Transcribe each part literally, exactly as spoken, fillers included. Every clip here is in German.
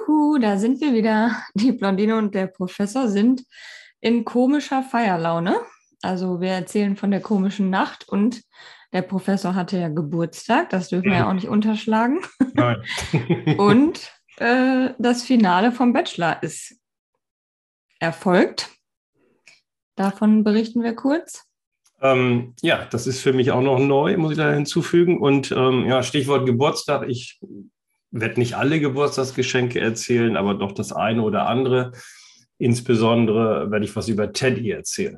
Juhu, da sind wir wieder. Die Blondine und der Professor sind in komischer Feierlaune. Also wir erzählen von der komischen Nacht und der Professor hatte ja Geburtstag, das dürfen wir ja auch nicht unterschlagen. Nein. Und äh, das Finale vom Bachelor ist erfolgt. Davon berichten wir kurz. Ähm, ja, das ist für mich auch noch neu, muss ich da hinzufügen. Und ähm, ja, Stichwort Geburtstag. Ich werde nicht alle Geburtstagsgeschenke erzählen, aber doch das eine oder andere. Insbesondere werde ich was über Teddy erzählen.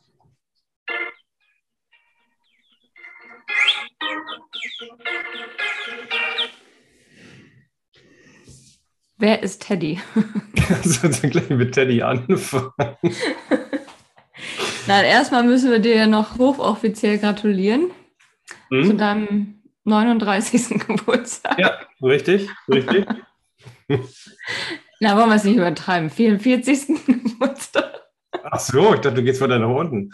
Wer ist Teddy? Also gleich mit Teddy anfangen. Nein, erstmal müssen wir dir noch hochoffiziell gratulieren Hm? zu deinem neununddreißigsten Geburtstag. Ja, richtig, richtig. Na, wollen wir es nicht übertreiben. vierundvierzigsten Geburtstag. Ach so, ich dachte, du gehst weiter nach unten.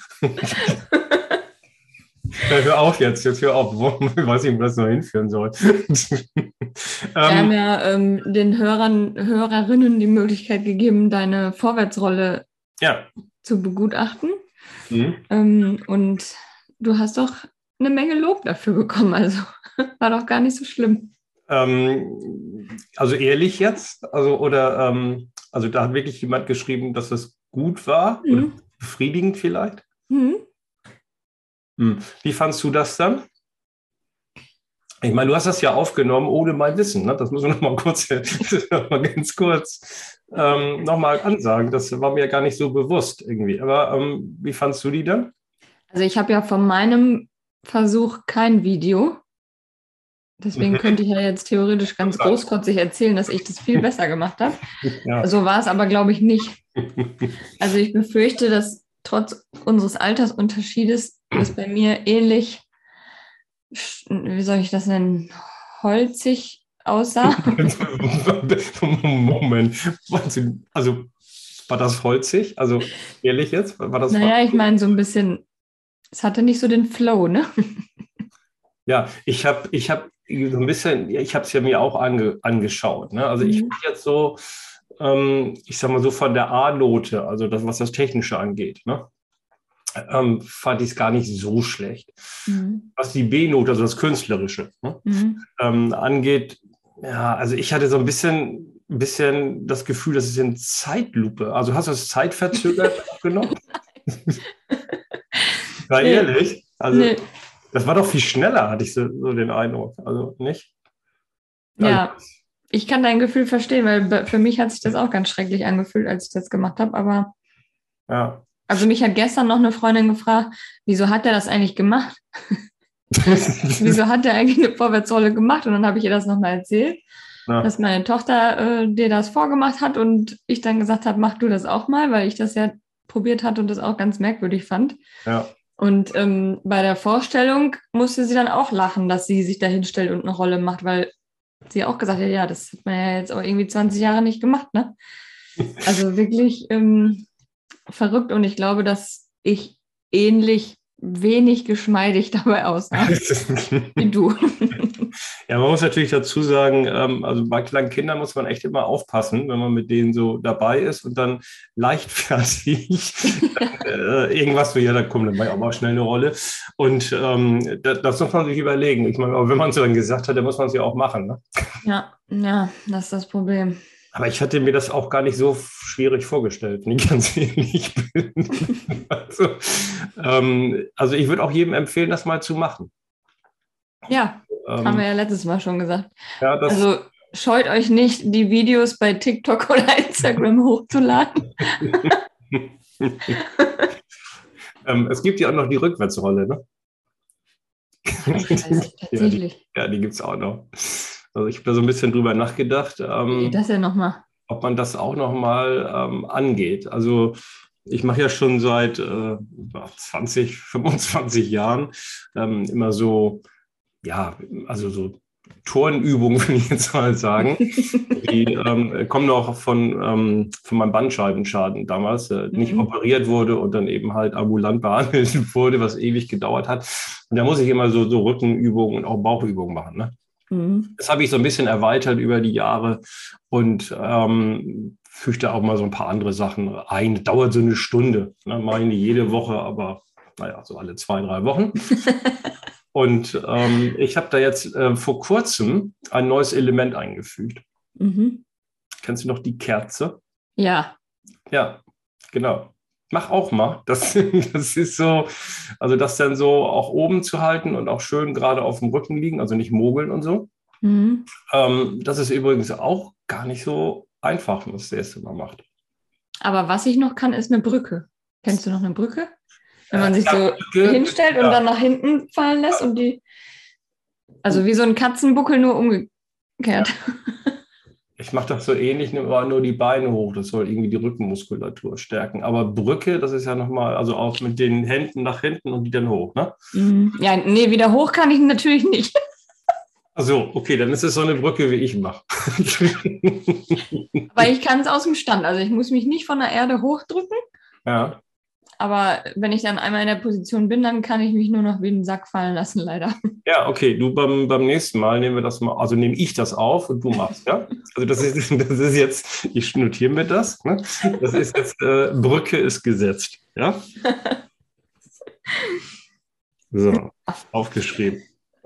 Ja, hör auf jetzt, jetzt hör auf. Ich weiß nicht, wo das noch hinführen soll. Wir haben ja ähm, den Hörern, Hörerinnen die Möglichkeit gegeben, deine Vorwärtsrolle Ja. zu begutachten. Mhm. Ähm, und du hast doch eine Menge Lob dafür bekommen. Also war doch gar nicht so schlimm. Ähm, also ehrlich jetzt? Also, oder ähm, also da hat wirklich jemand geschrieben, dass das gut war Mhm. oder befriedigend vielleicht? Mhm. Hm. Wie fandst du das dann? Ich meine, du hast das ja aufgenommen ohne mein Wissen. Ne? Das muss ich noch mal kurz, noch mal ganz kurz ähm, noch mal ansagen. Das war mir gar nicht so bewusst irgendwie. Aber ähm, wie fandst du die dann? Also ich habe ja von meinem Versuch kein Video. Deswegen Mhm. könnte ich ja jetzt theoretisch ganz großkotzig erzählen, dass ich das viel besser gemacht habe. Ja. So war es aber, glaube ich, nicht. Also ich befürchte, dass trotz unseres Altersunterschiedes das bei mir ähnlich, wie soll ich das nennen, holzig aussah. Moment, also war das holzig? Also ehrlich jetzt? War das Naja, ich meine so ein bisschen, es hatte nicht so den Flow, ne? Ja, ich habe ich hab so ein bisschen, ich habe es ja mir auch ange, angeschaut. Ne? Also ich Mhm. bin jetzt so, ähm, ich sag mal so von der A-Note, also das, was das Technische angeht, ne? ähm, fand ich es gar nicht so schlecht. Mhm. Was die B-Note, also das Künstlerische, ne? Mhm. ähm, angeht, ja, also ich hatte so ein bisschen, ein bisschen das Gefühl, das ist in Zeitlupe. Also hast du das zeitverzögert aufgenommen? War Nee. ehrlich? Also Nee. das war doch viel schneller, hatte ich so, so den Eindruck. Also nicht? Also, Ja, ich kann dein Gefühl verstehen, weil für mich hat sich das auch ganz schrecklich angefühlt, als ich das gemacht habe. Aber ja. also mich hat gestern noch eine Freundin gefragt, wieso hat er das eigentlich gemacht? Wieso hat er eigentlich eine Vorwärtsrolle gemacht? Und dann habe ich ihr das nochmal erzählt, Na, dass meine Tochter äh, dir das vorgemacht hat und ich dann gesagt habe, mach du das auch mal, weil ich das ja probiert hatte und das auch ganz merkwürdig fand. ja. Und ähm, bei der Vorstellung musste sie dann auch lachen, dass sie sich da hinstellt und eine Rolle macht, weil sie auch gesagt hat, ja, das hat man ja jetzt auch irgendwie zwanzig Jahre nicht gemacht, ne? Also wirklich ähm, verrückt und ich glaube, dass ich ähnlich wenig geschmeidig dabei aussah wie du. Ja, man muss natürlich dazu sagen, ähm, also bei kleinen Kindern muss man echt immer aufpassen, wenn man mit denen so dabei ist und dann leichtfertig äh, irgendwas so, ja, da kommt dann auch mal schnell eine Rolle. Und ähm, das, das muss man sich überlegen. Ich meine, aber wenn man es dann gesagt hat, dann muss man es ja auch machen. Ne? Ja, ja, das ist das Problem. Aber ich hatte mir das auch gar nicht so schwierig vorgestellt, wenn ich ganz ehrlich bin. Also, ähm, also ich würde auch jedem empfehlen, das mal zu machen. Ja, Ähm, haben wir ja letztes Mal schon gesagt. ja, das, Also scheut euch nicht, die Videos bei TikTok oder Instagram hochzuladen. ähm, es gibt ja auch noch die Rückwärtsrolle, ne? Scheiße, Ja, die, tatsächlich. ja, die gibt es auch noch. Also ich habe da so ein bisschen drüber nachgedacht, Wie geht ähm, das denn nochmal? ob man das auch noch mal ähm, angeht. Also ich mache ja schon seit äh, zwanzig, fünfundzwanzig Jahren ähm, immer so, ja, also so Turnübungen, würde ich jetzt mal sagen. Die ähm, kommen auch von, ähm, von meinem Bandscheibenschaden damals, äh, nicht Mhm. operiert wurde und dann eben halt ambulant behandelt wurde, was ewig gedauert hat. Und da muss ich immer so, so Rückenübungen und auch Bauchübungen machen. Ne? Mhm. Das habe ich so ein bisschen erweitert über die Jahre und ähm, füge da auch mal so ein paar andere Sachen ein. Dauert so eine Stunde. Ne? Mache ich nicht jede Woche, aber naja, so alle zwei, drei Wochen. Und ähm, ich habe da jetzt äh, vor kurzem ein neues Element eingefügt. Mhm. Kennst du noch die Kerze? Ja. Ja, genau. Mach auch mal. Das, das ist so, also das dann so auch oben zu halten und auch schön gerade auf dem Rücken liegen, also nicht mogeln und so. Mhm. Ähm, das ist übrigens auch gar nicht so einfach, wenn man das erste Mal macht. Aber was ich noch kann, ist eine Brücke. Kennst du noch eine Brücke? Wenn man Äh, sich ja, so Brücke, hinstellt und ja. dann nach hinten fallen lässt und die, also wie so ein Katzenbuckel, nur umgekehrt. Ich mache das so ähnlich, nehme aber nur die Beine hoch. Das soll irgendwie die Rückenmuskulatur stärken. Aber Brücke, das ist ja nochmal, also auch mit den Händen nach hinten und die dann hoch, ne? Mhm. Ja, nee, wieder hoch kann ich natürlich nicht. Also, okay, dann ist es so eine Brücke, wie ich mache. Aber ich kann es aus dem Stand. Also ich muss mich nicht von der Erde hochdrücken. Ja. Aber wenn ich dann einmal in der Position bin, dann kann ich mich nur noch wie einen Sack fallen lassen, leider. Ja, okay, du beim, beim nächsten Mal nehmen wir das mal, also nehme ich das auf und du machst, ja? Also das ist, das ist jetzt, ich notiere mir das, ne? Das ist jetzt, äh, Brücke ist gesetzt, ja? So, aufgeschrieben.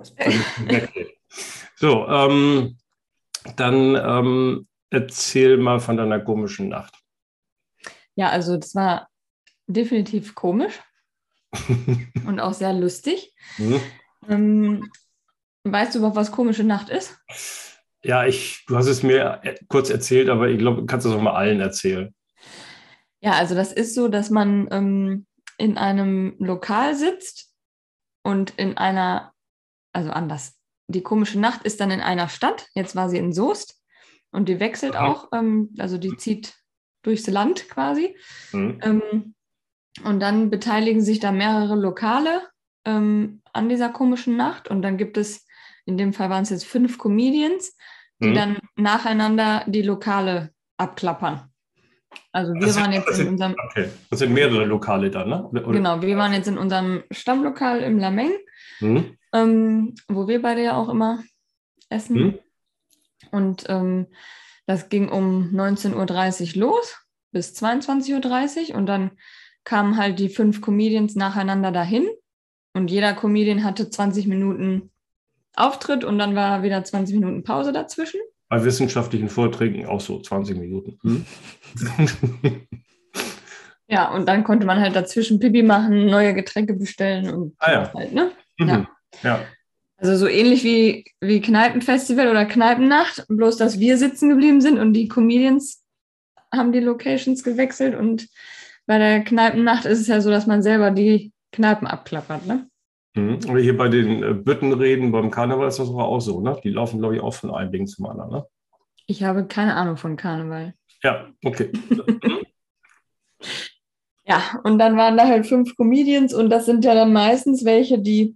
So, ähm, dann ähm, erzähl mal von deiner komischen Nacht. Ja, also das war definitiv komisch und auch sehr lustig. Hm? Ähm, weißt du überhaupt, was komische Nacht ist? Ja, ich, du hast es mir kurz erzählt, aber ich glaube, du kannst es auch mal allen erzählen. Ja, also das ist so, dass man ähm, in einem Lokal sitzt und in einer, also anders. Die komische Nacht ist dann in einer Stadt. Jetzt war sie in Soest und die wechselt Mhm. auch, ähm, also die zieht durchs Land quasi. Mhm. Ähm, und dann beteiligen sich da mehrere Lokale ähm, an dieser komischen Nacht. Und dann gibt es, in dem Fall waren es jetzt fünf Comedians, die Mhm. dann nacheinander die Lokale abklappern. Also wir Das sind, waren jetzt das in sind, unserem, okay, das sind mehrere Lokale dann, ne? Oder, oder? genau, wir waren jetzt in unserem Stammlokal im Lameng, Mhm. ähm, wo wir beide ja auch immer essen. Mhm. Und ähm, das ging um neunzehn Uhr dreißig los bis zweiundzwanzig Uhr dreißig und dann kamen halt die fünf Comedians nacheinander dahin und jeder Comedian hatte zwanzig Minuten Auftritt und dann war wieder zwanzig Minuten Pause dazwischen. Bei wissenschaftlichen Vorträgen auch so zwanzig Minuten. Mhm. Ja, und dann konnte man halt dazwischen Pipi machen, neue Getränke bestellen und Ah sowas ja. halt, ne? Mhm. Ja. Ja. Also so ähnlich wie, wie Kneipenfestival oder Kneipennacht, bloß dass wir sitzen geblieben sind und die Comedians haben die Locations gewechselt und bei der Kneipennacht ist es ja so, dass man selber die Kneipen abklappert, ne? Mhm. Oder hier bei den äh, Büttenreden beim Karneval ist das aber auch so, ne? Die laufen, glaube ich, auch von einem Ding zum anderen, ne? Ich habe keine Ahnung von Karneval. Ja, okay. Ja, und dann waren da halt fünf Comedians und das sind ja dann meistens welche, die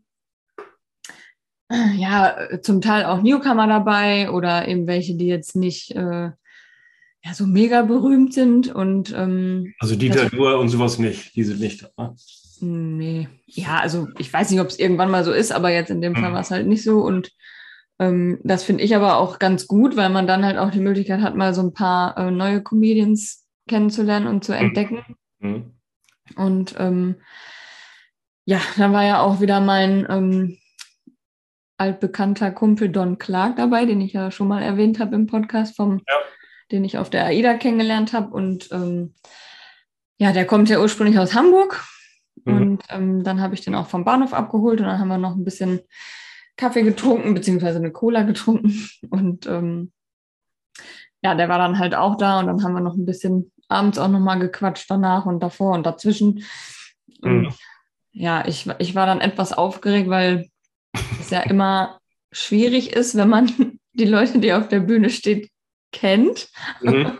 ja zum Teil auch Newcomer dabei oder eben welche, die jetzt nicht äh, ja, so mega berühmt sind und ähm, Also Dieter Nuhr und sowas nicht, die sind nicht da, ne? nee, ja, also ich weiß nicht, ob es irgendwann mal so ist, aber jetzt in dem Fall war es halt nicht so und ähm, das finde ich aber auch ganz gut, weil man dann halt auch die Möglichkeit hat, mal so ein paar äh, neue Comedians kennenzulernen und zu entdecken. Mhm. Und ähm, ja, dann war ja auch wieder mein ähm, altbekannter Kumpel Don Clark dabei, den ich ja schon mal erwähnt habe im Podcast, vom, Ja. den ich auf der AIDA kennengelernt habe. Und ähm, ja, der kommt ja ursprünglich aus Hamburg. Mhm. Und ähm, dann habe ich den auch vom Bahnhof abgeholt und dann haben wir noch ein bisschen Kaffee getrunken, beziehungsweise eine Cola getrunken. Und ähm, ja, der war dann halt auch da und dann haben wir noch ein bisschen abends auch nochmal gequatscht danach und davor und dazwischen. Und Mhm. ja, ich, ich war dann etwas aufgeregt, weil es ja immer schwierig ist, wenn man die Leute, die auf der Bühne steht, kennt. Mhm.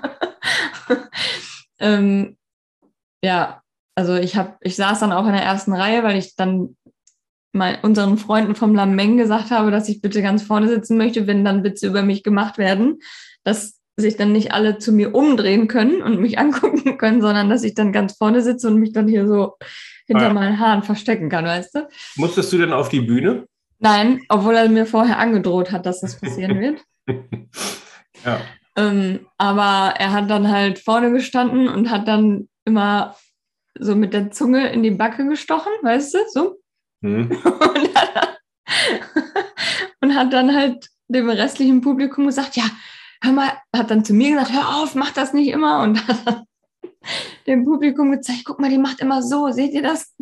ähm, ja, also ich habe, ich saß dann auch in der ersten Reihe, weil ich dann mal unseren Freunden vom Lameng gesagt habe, dass ich bitte ganz vorne sitzen möchte, wenn dann Witze über mich gemacht werden, dass sich dann nicht alle zu mir umdrehen können und mich angucken können, sondern dass ich dann ganz vorne sitze und mich dann hier so hinter Ah ja. meinen Haaren verstecken kann, weißt du? Musstest du denn auf die Bühne? Nein, obwohl er mir vorher angedroht hat, dass das passieren wird. Ja. Ähm, aber er hat dann halt vorne gestanden und hat dann immer so mit der Zunge in die Backe gestochen, weißt du, so. Hm. Und hat, und hat dann halt dem restlichen Publikum gesagt, ja, hör mal, hat dann zu mir gesagt, hör auf, mach das nicht immer. Und hat dann dem Publikum gezeigt, guck mal, die macht immer so, seht ihr das?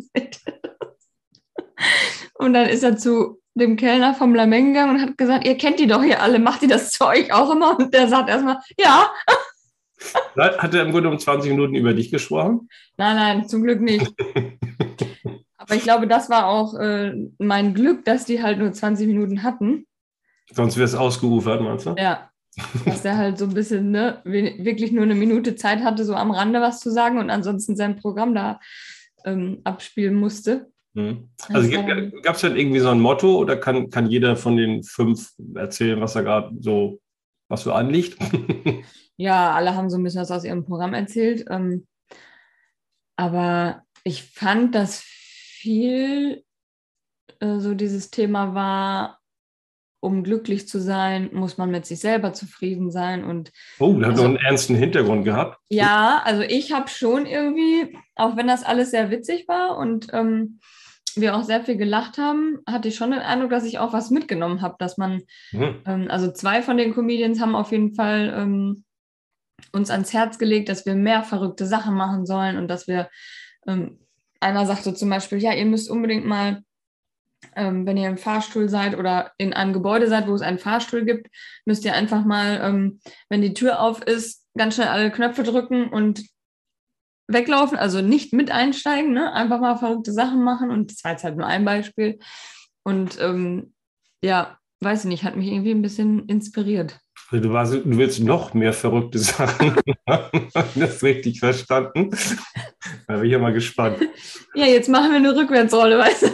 Und dann ist er zu dem Kellner vom Lameng gegangen und hat gesagt, ihr kennt die doch hier alle, macht die das zu euch auch immer? Und der sagt erstmal, ja. Hat er im Grunde um zwanzig Minuten über dich gesprochen? Nein, nein, zum Glück nicht. Aber ich glaube, das war auch äh, mein Glück, dass die halt nur zwanzig Minuten hatten. Sonst wäre es ausgeufert, meinst du? Ja, dass der halt so ein bisschen, ne, wirklich nur eine Minute Zeit hatte, so am Rande was zu sagen und ansonsten sein Programm da ähm, abspielen musste. Hm. Also gab es dann irgendwie so ein Motto oder kann, kann jeder von den fünf erzählen, was er gerade so, was so anliegt? Ja, alle haben so ein bisschen was aus ihrem Programm erzählt. Ähm, aber ich fand, dass viel äh, so dieses Thema war, um glücklich zu sein, muss man mit sich selber zufrieden sein. Und oh, der hat also, noch einen ernsten Hintergrund gehabt. Ja, also ich habe schon irgendwie, auch wenn das alles sehr witzig war und ähm, wir auch sehr viel gelacht haben, hatte ich schon den Eindruck, dass ich auch was mitgenommen habe, dass man, Mhm. ähm, also zwei von den Comedians haben auf jeden Fall ähm, uns ans Herz gelegt, dass wir mehr verrückte Sachen machen sollen und dass wir, ähm, einer sagte zum Beispiel, ja, ihr müsst unbedingt mal, ähm, wenn ihr im Fahrstuhl seid oder in einem Gebäude seid, wo es einen Fahrstuhl gibt, müsst ihr einfach mal, ähm, wenn die Tür auf ist, ganz schnell alle Knöpfe drücken und weglaufen, also nicht mit einsteigen, ne? Einfach mal verrückte Sachen machen und das war jetzt halt nur ein Beispiel und ähm, ja, weiß ich nicht, hat mich irgendwie ein bisschen inspiriert. Du, warst, du willst noch mehr verrückte Sachen machen, habe ich das richtig verstanden? Da bin ich ja mal gespannt. Ja, jetzt machen wir eine Rückwärtsrolle, weißt du?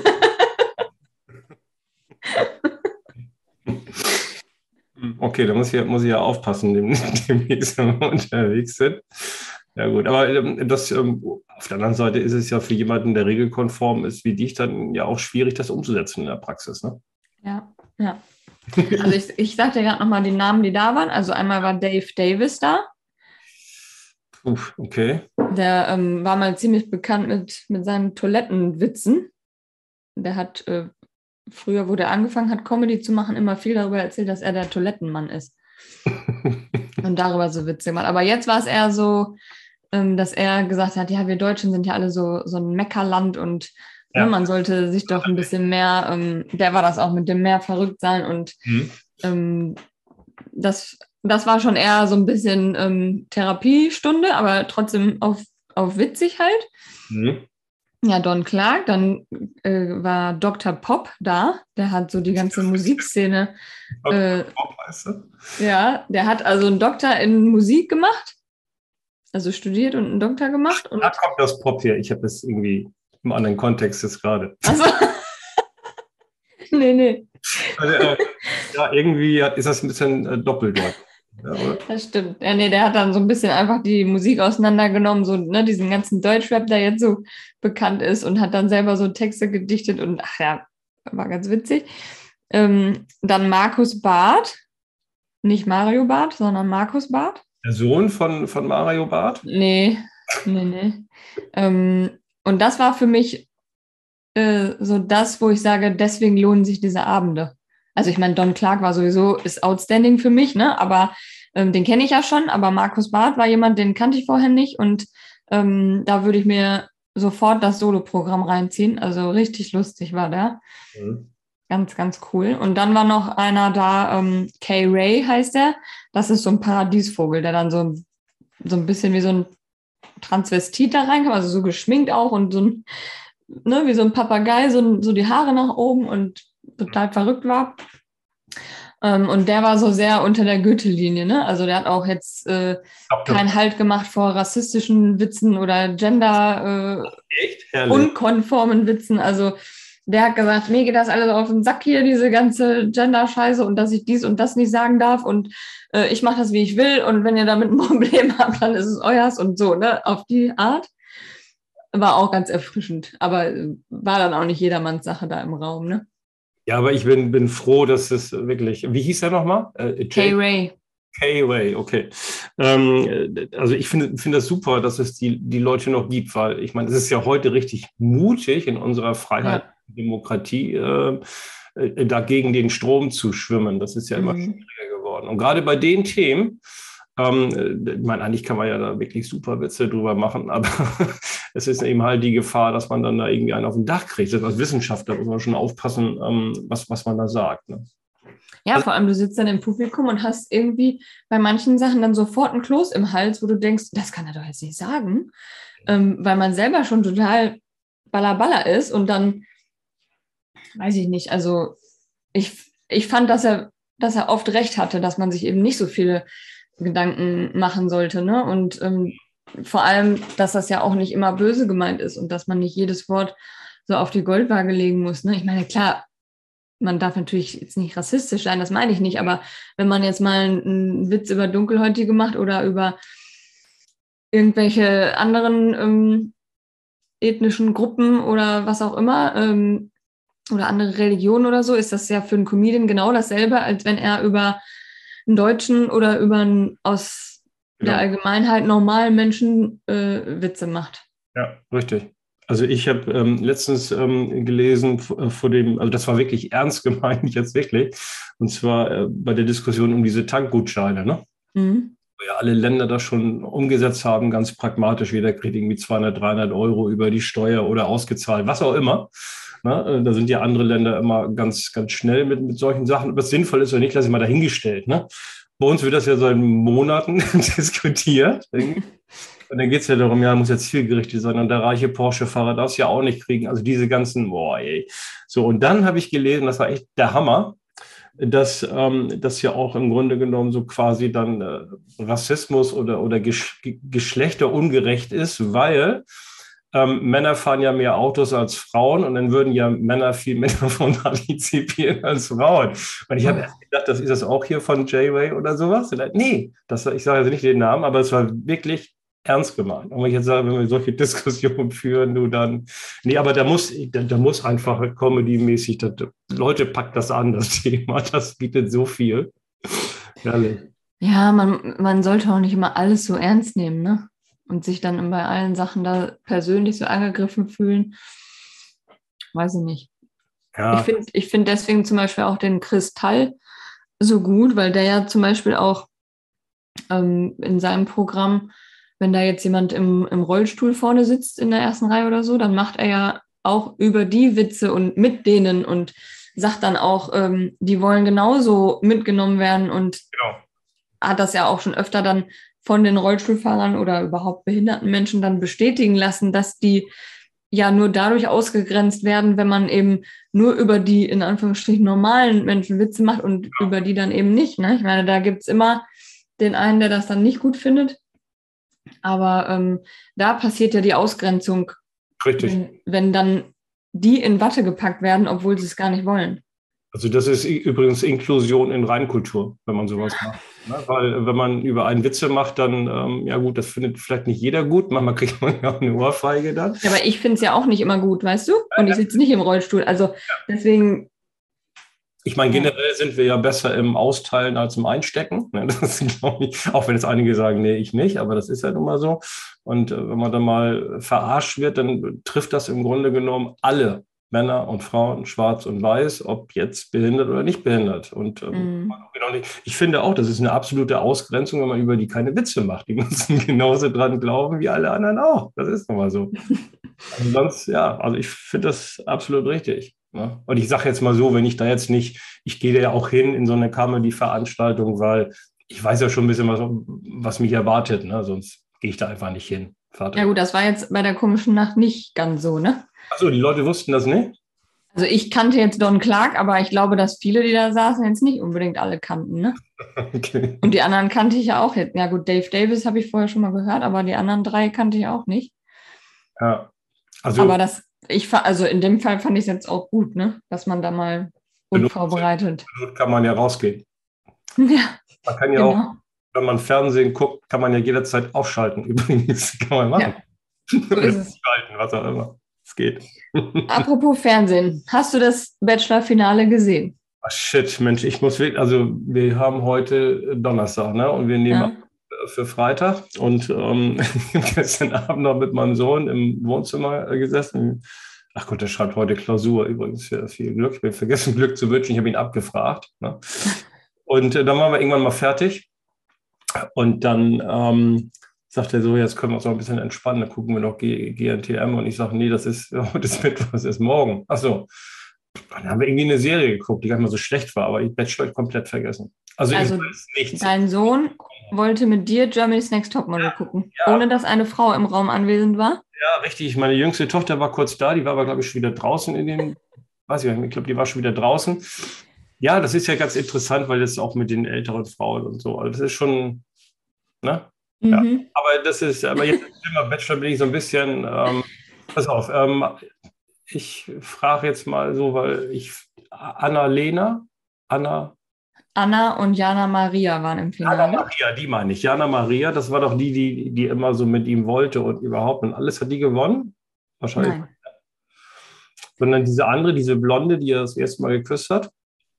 Okay, da muss ich, muss ich ja aufpassen, demnächst, wenn wir unterwegs sind. Ja gut, aber ähm, das, ähm, auf der anderen Seite ist es ja für jemanden, der regelkonform ist wie dich, dann ja auch schwierig, das umzusetzen in der Praxis. Ne? Ja, ja. Also ich, ich sag dir gerade nochmal die Namen, die da waren. Also einmal war Dave Davis da. Uff, okay. Der ähm, war mal ziemlich bekannt mit, mit seinen Toilettenwitzen. Der hat äh, früher, wo der angefangen hat, Comedy zu machen, immer viel darüber erzählt, dass er der Toilettenmann ist. Und darüber so Witze gemacht. Aber jetzt war es eher so, ähm, dass er gesagt hat, ja, wir Deutschen sind ja alle so, so ein Meckerland und ja. ne, man sollte sich doch ein bisschen mehr, ähm, der war das auch mit dem mehr verrückt sein und mhm. ähm, das, das war schon eher so ein bisschen ähm, Therapiestunde, aber trotzdem auf, auf witzig halt. Mhm. Ja, Don Clark, dann äh, war Doktor Pop da, der hat so die ganze Musikszene. Äh, Pop, weißt du? Ja, der hat also einen Doktor in Musik gemacht, also studiert und einen Doktor gemacht. Und da kommt das Pop hier, ich habe das irgendwie im anderen Kontext jetzt gerade. Also, nee, nee. Also, äh, ja, irgendwie ist das ein bisschen äh, doppeldeutig. Ja, das stimmt. Ja, nee, der hat dann so ein bisschen einfach die Musik auseinandergenommen, so ne, diesen ganzen Deutschrap, der jetzt so bekannt ist und hat dann selber so Texte gedichtet und ach ja, war ganz witzig. Ähm, dann Markus Barth, nicht Mario Barth, sondern Markus Barth. Der Sohn von, von Mario Barth? Nee, nee, nee. ähm, und das war für mich äh, so das, wo ich sage, deswegen lohnen sich diese Abende. Also ich meine, Don Clark war sowieso, ist outstanding für mich, ne? Aber ähm, den kenne ich ja schon, aber Markus Barth war jemand, den kannte ich vorher nicht und ähm, da würde ich mir sofort das Solo-Programm reinziehen. Also richtig lustig war der. Mhm. Ganz, ganz cool. Und dann war noch einer da, ähm, Kay Ray heißt der. Das ist so ein Paradiesvogel, der dann so, so ein bisschen wie so ein Transvestit da reinkam, also so geschminkt auch und so ein, ne, wie so ein Papagei, so, so die Haare nach oben und total verrückt war. Ähm, und der war so sehr unter der Gürtellinie, ne? Also der hat auch jetzt äh, keinen Halt gemacht vor rassistischen Witzen oder gender äh, unkonformen Witzen. Also der hat gesagt, mir geht das alles auf den Sack hier, diese ganze Gender-Scheiße und dass ich dies und das nicht sagen darf und äh, ich mache das, wie ich will und wenn ihr damit ein Problem habt, dann ist es euers und so, ne? Auf die Art. War auch ganz erfrischend, aber war dann auch nicht jedermanns Sache da im Raum, ne? Ja, aber ich bin, bin froh, dass es wirklich, wie hieß er nochmal? Äh, Kay Ray. K-Way, okay. Ähm, also ich finde finde das super, dass es die, die Leute noch gibt, weil ich meine, es ist ja heute richtig mutig in unserer Freiheit Ja. und Demokratie, äh, äh, dagegen den Strom zu schwimmen. Das ist ja immer Mhm. schwieriger geworden. Und gerade bei den Themen, ähm, äh, ich meine, eigentlich kann man ja da wirklich super Witze drüber machen, aber es ist eben halt die Gefahr, dass man dann da irgendwie einen auf den Dach kriegt. Als Wissenschaftler muss man schon aufpassen, ähm, was, was man da sagt. Ne? Ja, Also, vor allem du sitzt dann im Publikum und hast irgendwie bei manchen Sachen dann sofort ein Kloß im Hals, wo du denkst, das kann er doch jetzt nicht sagen, ähm, weil man selber schon total ballerballer ist und dann, weiß ich nicht, also ich, ich fand, dass er, dass er oft recht hatte, dass man sich eben nicht so viele Gedanken machen sollte, ne? Und ähm, vor allem, dass das ja auch nicht immer böse gemeint ist und dass man nicht jedes Wort so auf die Goldwaage legen muss, ne? Ich meine, klar, man darf natürlich jetzt nicht rassistisch sein, das meine ich nicht, aber wenn man jetzt mal einen, einen Witz über Dunkelhäutige macht oder über irgendwelche anderen ähm, ethnischen Gruppen oder was auch immer ähm, oder andere Religionen oder so, ist das ja für einen Comedian genau dasselbe, als wenn er über einen Deutschen oder über einen aus der genau. Allgemeinheit normalen Menschen äh, Witze macht. Ja, richtig. Also ich habe ähm, letztens ähm, gelesen v- vor dem, also das war wirklich ernst gemeint, jetzt wirklich, und zwar äh, bei der Diskussion um diese Tankgutscheine, ne? Mhm. Wo ja alle Länder das schon umgesetzt haben, ganz pragmatisch. Jeder kriegt irgendwie zweihundert, dreihundert Euro über die Steuer oder ausgezahlt, was auch immer. Ne? Äh, Da sind ja andere Länder immer ganz, ganz schnell mit, mit solchen Sachen. Ob das sinnvoll ist oder nicht, lasse ich mal dahingestellt. Ne? Bei uns wird das ja seit Monaten diskutiert. Irgendwie. Und dann geht es ja darum, ja, muss ja zielgerichtet sein. Und der reiche Porsche-Fahrer darf es ja auch nicht kriegen. Also diese ganzen, boah, ey. So, und dann habe ich gelesen, das war echt der Hammer, dass ähm, das ja auch im Grunde genommen so quasi dann äh, Rassismus oder, oder Gesch geschlechterungerecht ist, weil ähm, Männer fahren ja mehr Autos als Frauen und dann würden ja Männer viel mehr davon partizipieren als Frauen. Und ich habe Oh. erst gedacht, das ist das auch hier von J-Way oder sowas. Und dann, nee, das, ich sage jetzt nicht den Namen, aber es war wirklich ernst gemeint. Und wenn ich jetzt sage, wenn wir solche Diskussionen führen, du dann, nee, aber da muss, da, da muss einfach Comedy-mäßig, das, Leute, packt das an, das Thema, das bietet so viel. Ehrlich. Ja, man, man sollte auch nicht immer alles so ernst nehmen, ne? Und sich dann bei allen Sachen da persönlich so angegriffen fühlen. Weiß ich nicht. Ich Ja, finde ich find deswegen zum Beispiel auch den Kristall so gut, weil der ja zum Beispiel auch ähm, in seinem Programm, wenn da jetzt jemand im, im Rollstuhl vorne sitzt in der ersten Reihe oder so, dann macht er ja auch über die Witze und mit denen und sagt dann auch, ähm, die wollen genauso mitgenommen werden und genau. hat das ja auch schon öfter dann von den Rollstuhlfahrern oder überhaupt behinderten Menschen dann bestätigen lassen, dass die ja nur dadurch ausgegrenzt werden, wenn man eben nur über die in Anführungsstrichen normalen Menschen Witze macht und über die dann eben nicht. Ne? Ich meine, da gibt es immer den einen, der das dann nicht gut findet. Aber ähm, da passiert ja die Ausgrenzung, Richtig. wenn, wenn dann die in Watte gepackt werden, obwohl sie es gar nicht wollen. Also das ist übrigens Inklusion in Reinkultur, wenn man sowas macht. Ne? Weil wenn man über einen Witze macht, dann, ähm, ja gut, das findet vielleicht nicht jeder gut. Manchmal kriegt man ja auch eine Ohrfeige dann. Ja, aber ich finde es ja auch nicht immer gut, weißt du? Und ich sitze nicht im Rollstuhl. Also deswegen. Ich meine, Ja. generell sind wir ja besser im Austeilen als im Einstecken. Ne? Das ist, glaube ich, auch wenn jetzt einige sagen, nee, ich nicht, aber das ist halt immer so. Und äh, wenn man dann mal verarscht wird, dann trifft das im Grunde genommen alle Männer und Frauen, schwarz und weiß, ob jetzt behindert oder nicht behindert. Und ähm, Mm. genau nicht. Ich finde auch, das ist eine absolute Ausgrenzung, wenn man über die keine Witze macht. Die müssen genauso dran glauben wie alle anderen auch. Das ist nun mal so. Also sonst, ja, also ich finde das absolut richtig. Ne? Und ich sage jetzt mal so, wenn ich da jetzt nicht, ich gehe da ja auch hin in so eine Comedy-Veranstaltung, weil ich weiß ja schon ein bisschen, was, was mich erwartet. Ne? Sonst gehe ich da einfach nicht hin. Ja gut, das war jetzt bei der komischen Nacht nicht ganz so, ne? Achso, die Leute wussten das nicht? Also ich kannte jetzt Don Clark, aber ich glaube, dass viele, die da saßen, jetzt nicht unbedingt alle kannten, ne? Okay. Und die anderen kannte ich ja auch jetzt. Ja gut, Dave Davis habe ich vorher schon mal gehört, aber die anderen drei kannte ich auch nicht. Ja, also Aber das, ich, also in dem Fall fand ich es jetzt auch gut, ne? Dass man da mal unvorbereitet. zur Not kann man ja rausgehen. Ja, Man kann ja genau. auch, wenn man Fernsehen guckt, kann man ja jederzeit aufschalten. Übrigens, kann man machen. Ja, so Oder ist es. schalten, was auch immer. Es geht. Apropos Fernsehen, hast du das Bachelor-Finale gesehen? Ach, shit, Mensch, ich muss wirklich, also wir haben heute Donnerstag, ne? Und wir nehmen ab Ja. für Freitag. Und ähm, gestern Abend noch mit meinem Sohn im Wohnzimmer gesessen. Ach Gott, der schreibt heute Klausur übrigens. Für viel Glück. Ich habe vergessen, Glück zu wünschen. Ich habe ihn abgefragt. Ne? Und äh, dann waren wir irgendwann mal fertig. Und dann ähm, sagt er so, jetzt können wir uns noch ein bisschen entspannen. Dann gucken wir noch G N T M. Und ich sage, nee, das ist heute ist Mittwoch, das ist morgen. Ach so. Dann haben wir irgendwie eine Serie geguckt, die gar nicht mal so schlecht war, aber ich Bachelor komplett vergessen. Also, Also ich weiß nichts. dein Sohn wollte mit dir Germany's Next Topmodel gucken, Ja. ohne dass eine Frau im Raum anwesend war? Ja, richtig. Meine jüngste Tochter war kurz da, die war aber, glaube ich, schon wieder draußen in dem, weiß ich nicht, ich glaube, die war schon wieder draußen. Ja, das ist ja ganz interessant, weil das auch mit den älteren Frauen und so, also das ist schon, ne? Ja. Mhm. Aber das ist, aber jetzt im Thema Bachelor bin ich so ein bisschen, ähm, pass auf, ähm, ich frage jetzt mal so, weil ich, Anna-Lena, Anna, Anna und Jana Maria waren im Jana Finale. Maria, die meine ich. Jana Maria, das war doch die, die, die immer so mit ihm wollte und überhaupt und alles. Hat die gewonnen? Wahrscheinlich. Nein. Sondern diese andere, diese Blonde, die er das erste Mal geküsst hat.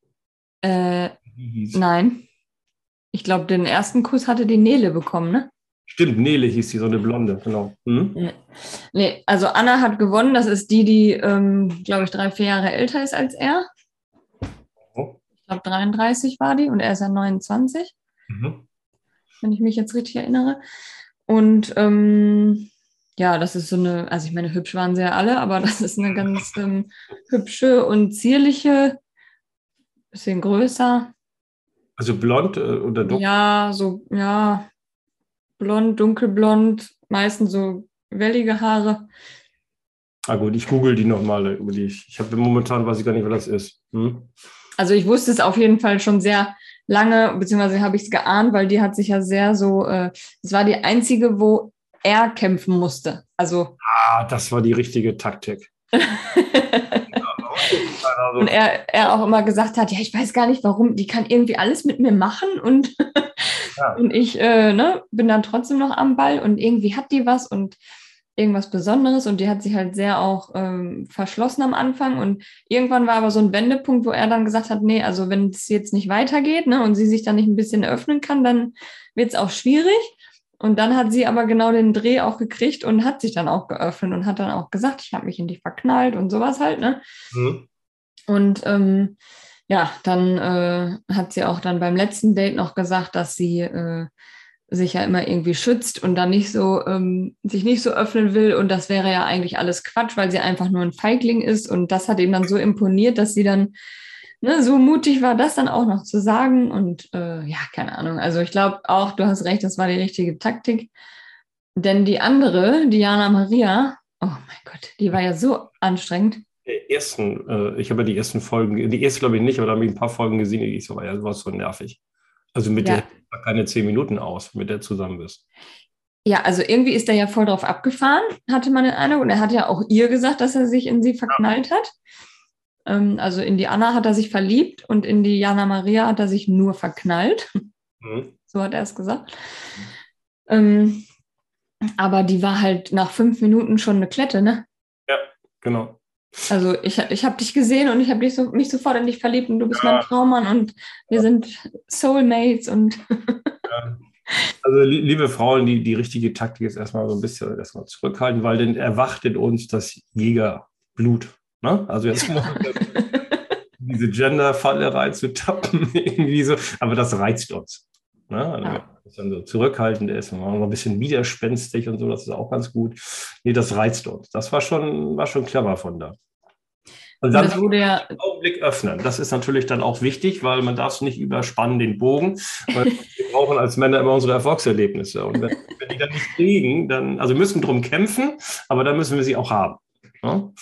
Äh, Die hieß. nein. Ich glaube, den ersten Kuss hatte die Nele bekommen, ne? Stimmt, Nele hieß die, so eine Blonde, genau. Hm? Nee. Nee, also Anna hat gewonnen. Das ist die, die, ähm, glaube ich, drei, vier Jahre älter ist als er. Oh. Ich glaube, dreiunddreißig war die und er ist ja neunundzwanzig, Mhm. wenn ich mich jetzt richtig erinnere. Und ähm, ja, das ist so eine, also ich meine, hübsch waren sie ja alle, aber das ist eine ganz ähm, hübsche und zierliche, bisschen größer. Also blond äh, oder dunkel? Ja, so, ja, blond, dunkelblond, meistens so wellige Haare. Ah gut, ich google die nochmal. Ich, ich habe momentan, weiß ich gar nicht, wer das ist. Hm? Also ich wusste es auf jeden Fall schon sehr lange, beziehungsweise habe ich es geahnt, weil die hat sich ja sehr so, äh, es war die einzige, wo er kämpfen musste. Also Ah, das war die richtige Taktik. und er, er auch immer gesagt hat, ja, ich weiß gar nicht warum, die kann irgendwie alles mit mir machen und, Ja. und ich äh, ne, bin dann trotzdem noch am Ball und irgendwie hat die was und irgendwas Besonderes und die hat sich halt sehr auch ähm, verschlossen am Anfang und irgendwann war aber so ein Wendepunkt, wo er dann gesagt hat, nee, also wenn es jetzt nicht weitergeht, ne, und sie sich dann nicht ein bisschen öffnen kann, dann wird es auch schwierig. Und dann hat sie aber genau den Dreh auch gekriegt und hat sich dann auch geöffnet und hat dann auch gesagt, ich habe mich in dich verknallt und sowas halt, ne? Hm. Und ähm, ja, dann äh, hat sie auch dann beim letzten Date noch gesagt, dass sie äh, sich ja immer irgendwie schützt und dann nicht so, ähm, sich nicht so öffnen will. Und das wäre ja eigentlich alles Quatsch, weil sie einfach nur ein Feigling ist. Und das hat ihm dann so imponiert, dass sie dann ne, so mutig war, das dann auch noch zu sagen. Und äh, ja, keine Ahnung. Also ich glaube auch, du hast recht, das war die richtige Taktik. Denn die andere, Diana Maria, oh mein Gott, die war ja so anstrengend. Die ersten, äh, ich habe ja die ersten Folgen, die erste glaube ich nicht, aber da habe ich ein paar Folgen gesehen, die so, ja, sowas so nervig. Also mit Ja. der hält keine zehn Minuten aus, mit der zusammen bist. Ja, also irgendwie ist er ja voll drauf abgefahren, hatte man den Eindruck. Und er hat ja auch ihr gesagt, dass er sich in sie verknallt hat. Ähm, also in die Anna hat er sich verliebt und in die Jana Maria hat er sich nur verknallt. Mhm. So hat er es gesagt. Ähm, aber die war halt nach fünf Minuten schon eine Klette, ne? Ja, genau. Also ich, ich habe dich gesehen und ich habe dich so, mich sofort in dich verliebt und du bist mein Traummann und wir sind Soulmates und Ja. Also li- liebe Frauen, die, die richtige Taktik ist erstmal so ein bisschen erstmal zurückhalten, weil dann erwacht in uns das Jägerblut. Ne? Also jetzt muss diese Gender-Falle reinzutappen, irgendwie so, aber das reizt uns. Ne? Also, Ja. wenn das dann so zurückhaltend ist und noch ein bisschen widerspenstig und so, das ist auch ganz gut. Nee, das reizt uns. Das war schon, war schon clever von da. Und Und dann das wurde ja, den Augenblick öffnen. Das ist natürlich dann auch wichtig, weil man darf es nicht überspannen, den Bogen. Weil wir brauchen als Männer immer unsere Erfolgserlebnisse. Und wenn, wenn die dann nicht kriegen, dann, also wir müssen drum kämpfen, aber dann müssen wir sie auch haben. Ne?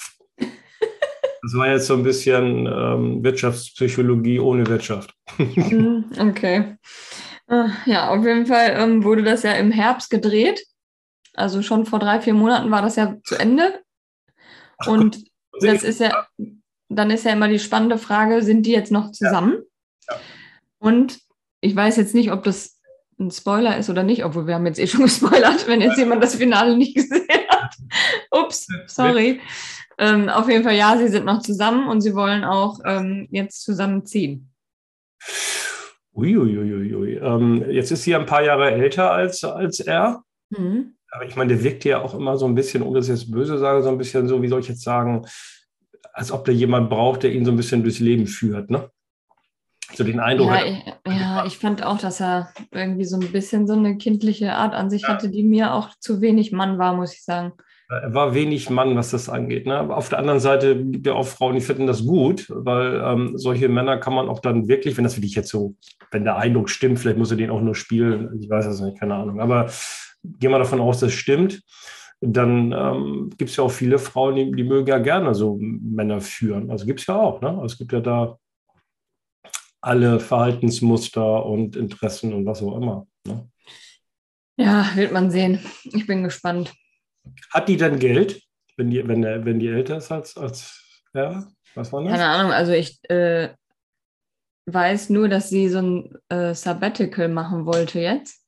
Das war jetzt so ein bisschen ähm, Wirtschaftspsychologie ohne Wirtschaft. Hm, okay. Äh, Ja, auf jeden Fall ähm, wurde das ja im Herbst gedreht. Also schon vor drei, vier Monaten war das ja zu Ende. Und das ist ja, dann ist ja immer die spannende Frage, sind die jetzt noch zusammen? Ja. Ja. Und ich weiß jetzt nicht, ob das ein Spoiler ist oder nicht, obwohl wir haben jetzt eh schon gespoilert, wenn jetzt jemand das Finale nicht gesehen hat. Ups, sorry. Ähm, auf jeden Fall, ja, sie sind noch zusammen und sie wollen auch ähm, jetzt zusammenziehen. Uiuiuiui. Ui. Ähm, jetzt ist sie ein paar Jahre älter als, als er. Mhm. Aber ich meine, der wirkt ja auch immer so ein bisschen, ohne dass ich jetzt böse sage, so ein bisschen so, wie soll ich jetzt sagen, als ob der jemand braucht, der ihn so ein bisschen durchs Leben führt, ne? So den Eindruck Ja, hat. ich, ja, ich fand auch, dass er irgendwie so ein bisschen so eine kindliche Art an sich hatte, die mir auch zu wenig Mann war, muss ich sagen. Er war wenig Mann, was das angeht. Ne? Aber auf der anderen Seite gibt ja auch Frauen, die finden das gut, weil ähm, solche Männer kann man auch dann wirklich, wenn das für dich jetzt so, wenn der Eindruck stimmt, vielleicht muss er den auch nur spielen, ich weiß das nicht, keine Ahnung. Aber gehen wir davon aus, das stimmt, dann ähm, gibt es ja auch viele Frauen, die, die mögen ja gerne so Männer führen. Also gibt es ja auch. Ne? Also es gibt ja da alle Verhaltensmuster und Interessen und was auch immer. Ne? Ja, wird man sehen. Ich bin gespannt. Hat die denn Geld, wenn die, wenn der, wenn die älter ist als, als ja, was war das? Keine Ahnung, also ich äh, weiß nur, dass sie so ein äh, Sabbatical machen wollte jetzt.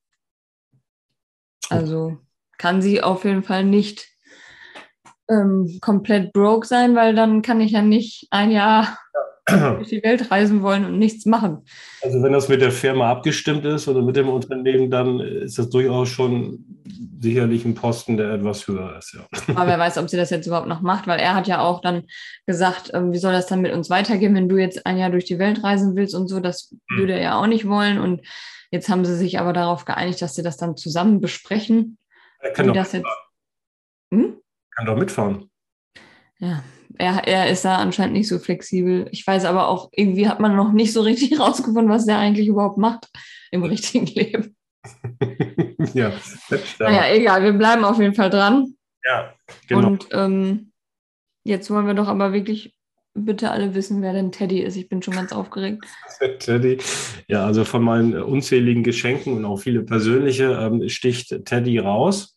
Also kann sie auf jeden Fall nicht ähm, komplett broke sein, weil dann kann ich ja nicht ein Jahr durch die Welt reisen wollen und nichts machen. Also wenn das mit der Firma abgestimmt ist oder mit dem Unternehmen, dann ist das durchaus schon sicherlich ein Posten, der etwas höher ist, ja. Aber wer weiß, ob sie das jetzt überhaupt noch macht, weil er hat ja auch dann gesagt, ähm, wie soll das dann mit uns weitergehen, wenn du jetzt ein Jahr durch die Welt reisen willst und so, das würde er ja auch nicht wollen. Und jetzt haben sie sich aber darauf geeinigt, dass sie das dann zusammen besprechen. Er kann Wie doch das mitfahren. jetzt. Hm? Kann doch mitfahren. Ja, er, er ist da anscheinend nicht so flexibel. Ich weiß aber auch, irgendwie hat man noch nicht so richtig rausgefunden, was der eigentlich überhaupt macht im richtigen Leben. Ja, Naja, egal, wir bleiben auf jeden Fall dran. ja, genau. Und ähm, jetzt wollen wir doch aber wirklich bitte alle wissen, wer denn Teddy ist. Ich bin schon ganz aufgeregt. Teddy. Ja, also von meinen unzähligen Geschenken und auch viele persönliche ähm, sticht Teddy raus.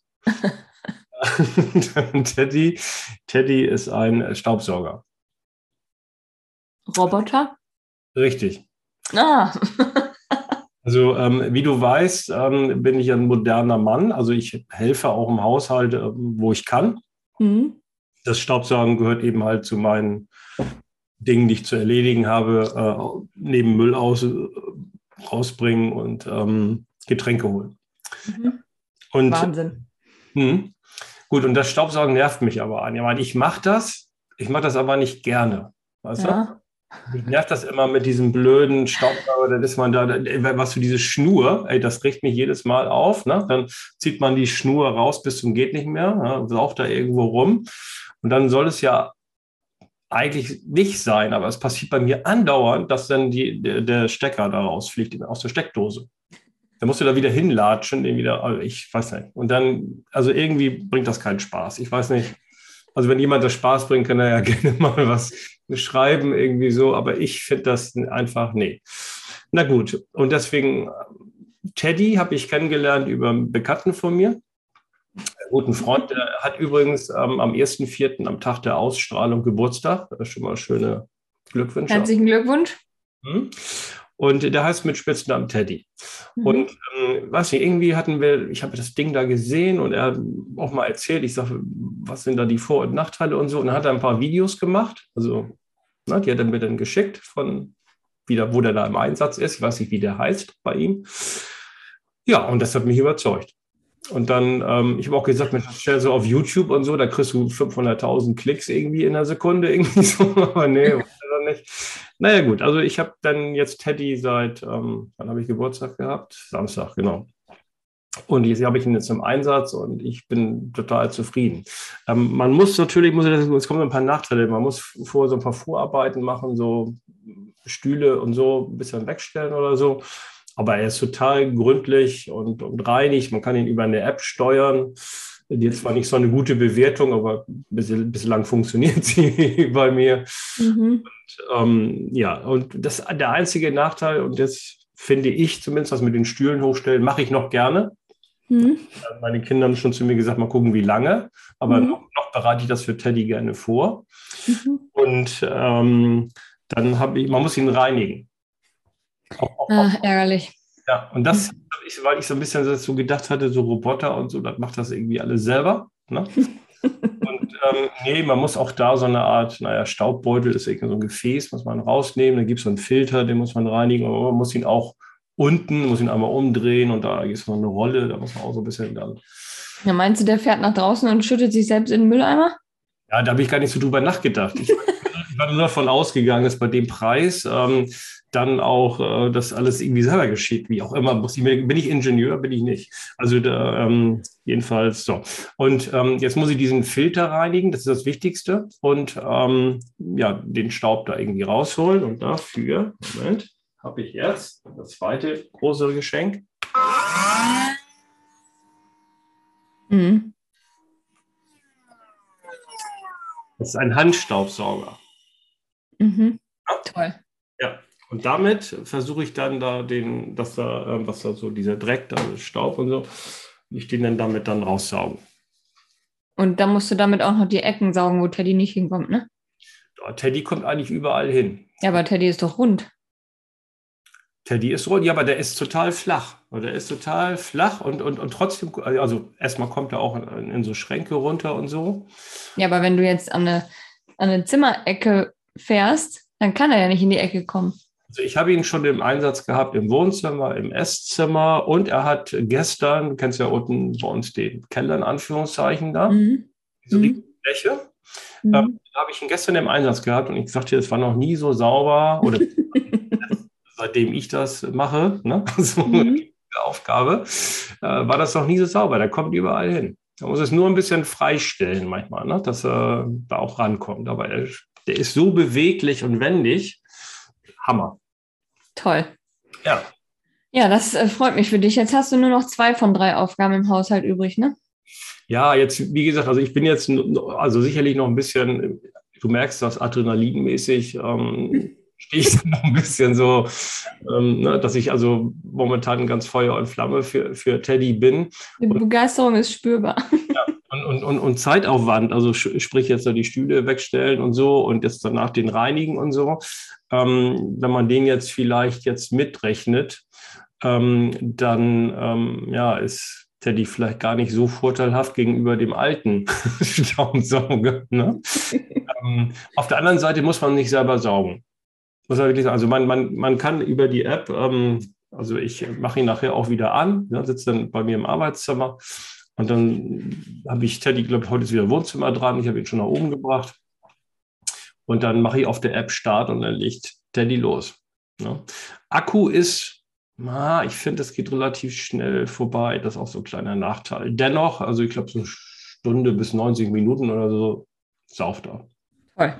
Teddy, Teddy ist ein Staubsauger. Roboter? Richtig. Ah. Also ähm, wie du weißt, ähm, bin ich ein moderner Mann. Also ich helfe auch im Haushalt, ähm, wo ich kann. Hm. Das Staubsaugen gehört eben halt zu meinen Dingen, die ich zu erledigen habe, äh, neben Müll aus, äh, rausbringen und ähm, Getränke holen. Mhm. Und, Wahnsinn. Mh, gut, und das Staubsaugen nervt mich aber an. Ja, ich mache das, ich mache das aber nicht gerne. Weißt du? Ja. Mich nervt das immer mit diesem blöden Staubsauger, dann ist man da, was für diese Schnur, ey, das regt mich jedes Mal auf, ne? Dann zieht man die Schnur raus bis zum geht nicht mehr, ne? Saugt da irgendwo rum und dann soll es ja eigentlich nicht sein, aber es passiert bei mir andauernd, dass dann die, der, der Stecker da rausfliegt aus der Steckdose. Dann musst du da wieder hinlatschen, den wieder, also ich weiß nicht. Und dann, also irgendwie bringt das keinen Spaß. Ich weiß nicht. Also wenn jemand das Spaß bringt, kann er ja gerne mal was schreiben, irgendwie so. Aber ich finde das einfach, nee. Na gut. Und deswegen, Teddy habe ich kennengelernt über einen Bekannten von mir. Einen guten Freund, der hat übrigens ähm, am ersten vierten am Tag der Ausstrahlung Geburtstag. Das ist schon mal schöne Glückwünsche. Herzlichen Glückwunsch. Hm. Und der heißt mit Spitznamen Teddy. Mhm. Und ähm, weiß nicht, irgendwie hatten wir, ich habe das Ding da gesehen und er hat auch mal erzählt, ich sage, was sind da die Vor- und Nachteile und so. Und dann hat er ein paar Videos gemacht. Also, na, die hat er mir dann geschickt von wieder, wo der da im Einsatz ist. Ich weiß nicht, wie der heißt bei ihm. Ja, und das hat mich überzeugt. Und dann, ähm, ich habe auch gesagt, Mensch, stell so auf YouTube und so, da kriegst du fünfhunderttausend Klicks irgendwie in einer Sekunde, irgendwie so, aber nee, weiß ich nicht. Naja gut, also ich habe dann jetzt Teddy seit, ähm, wann habe ich Geburtstag gehabt? Samstag, genau. Und jetzt habe ich ihn jetzt im Einsatz und ich bin total zufrieden. Ähm, man muss natürlich, muss ich, es kommen ein paar Nachteile, man muss vorher so ein paar Vorarbeiten machen, so Stühle und so ein bisschen wegstellen oder so. Aber er ist total gründlich und, und reinig. Man kann ihn über eine App steuern. Die hat zwar nicht so eine gute Bewertung, aber bis, bislang funktioniert sie bei mir. Mhm. Und, ähm, ja, und das der einzige Nachteil, und das finde ich zumindest, was mit den Stühlen hochstellen, mache ich noch gerne. Mhm. Meine Kinder haben schon zu mir gesagt, mal gucken, wie lange. Aber Mhm. noch, noch bereite ich das für Teddy gerne vor. Mhm. Und ähm, dann habe ich, man muss ihn reinigen. Auch, auch, Ah, ärgerlich. Ja, und das, ich, weil ich so ein bisschen so gedacht hatte, so Roboter und so, das macht das irgendwie alles selber. Ne? Und ähm, nee, man muss auch da so eine Art, naja, Staubbeutel ist irgendwie so ein Gefäß, muss man rausnehmen. Da gibt es so einen Filter, den muss man reinigen. Aber man muss ihn auch unten, muss ihn einmal umdrehen und da gibt es noch eine Rolle, da muss man auch so ein bisschen dann. Ja, meinst du, der fährt nach draußen und schüttet sich selbst in den Mülleimer? Ja, da habe ich gar nicht so drüber nachgedacht. Ich, ich war nur davon ausgegangen, dass bei dem Preis ähm, dann auch äh, das alles irgendwie selber geschieht, wie auch immer. Muss ich mir, bin ich Ingenieur, bin ich nicht. Also da, ähm, jedenfalls so. Und ähm, jetzt muss ich diesen Filter reinigen, das ist das Wichtigste. Und ähm, ja, den Staub da irgendwie rausholen. Und dafür, Moment, habe ich jetzt das zweite große Geschenk. Mhm. Das ist ein Handstaubsauger. Mhm. Toll. Ja, und damit versuche ich dann da den, dass da, äh, was da so dieser Dreck, da Staub und so, ich den dann damit dann raussaugen. Und dann musst du damit auch noch die Ecken saugen, wo Teddy nicht hinkommt, ne? Ja, Teddy kommt eigentlich überall hin. Ja, aber Teddy ist doch rund. Teddy ist rund, ja, aber der ist total flach. Der ist total flach und, und, und trotzdem, also erstmal kommt er auch in, in so Schränke runter und so. Ja, aber wenn du jetzt an eine, an eine Zimmerecke fährst, dann kann er ja nicht in die Ecke kommen. Also ich habe ihn schon im Einsatz gehabt im Wohnzimmer, im Esszimmer und er hat gestern, du kennst ja unten bei uns den Keller in Anführungszeichen da, Mhm. diese Mhm. riesige Fläche. Mhm. Da habe ich ihn gestern im Einsatz gehabt und ich sagte, das war noch nie so sauber oder seitdem ich das mache, ne? So Mhm. eine Aufgabe, äh, war das noch nie so sauber. Der kommt überall hin. Man muss es nur ein bisschen freistellen manchmal, ne? Dass er da auch rankommt. Aber er, der ist so beweglich und wendig. Hammer. Toll. Ja. Ja, das äh, freut mich für dich. Jetzt hast du nur noch zwei von drei Aufgaben im Haushalt übrig, ne? Ja, jetzt, wie gesagt, also ich bin jetzt also sicherlich noch ein bisschen, du merkst das adrenalinmäßig, ähm, stehe ich noch ein bisschen so, ähm, ne, dass ich also momentan ganz Feuer und Flamme für, für Teddy bin. Die Begeisterung ist spürbar. Und, und, und, und Zeitaufwand, also sprich jetzt da die Stühle wegstellen und so und jetzt danach den reinigen und so. Ähm, wenn man den jetzt vielleicht jetzt mitrechnet, ähm, dann ähm, ja, ist Teddy vielleicht gar nicht so vorteilhaft gegenüber dem alten Staubsauger. Ne? ähm, auf der anderen Seite muss man nicht selber saugen. Muss man wirklich sagen. Also man, man, man kann über die App, ähm, also ich mache ihn nachher auch wieder an, ne, sitze dann bei mir im Arbeitszimmer. Und dann habe ich Teddy, glaube ich, heute ist wieder Wohnzimmer dran. Ich habe ihn schon nach oben gebracht. Und dann mache ich auf der App Start und dann legt Teddy los. Ne? Akku ist, na, ich finde, es geht relativ schnell vorbei. Das ist auch so ein kleiner Nachteil. Dennoch, also ich glaube, so eine Stunde bis neunzig Minuten oder so sauft er. Toll.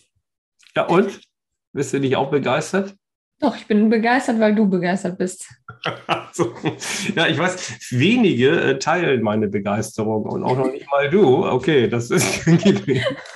Ja, und? Bist du nicht auch begeistert? Doch, ich bin begeistert, weil du begeistert bist. Also, ja, ich weiß, wenige äh, teilen meine Begeisterung und auch noch nicht mal du. Okay, das ist gibt,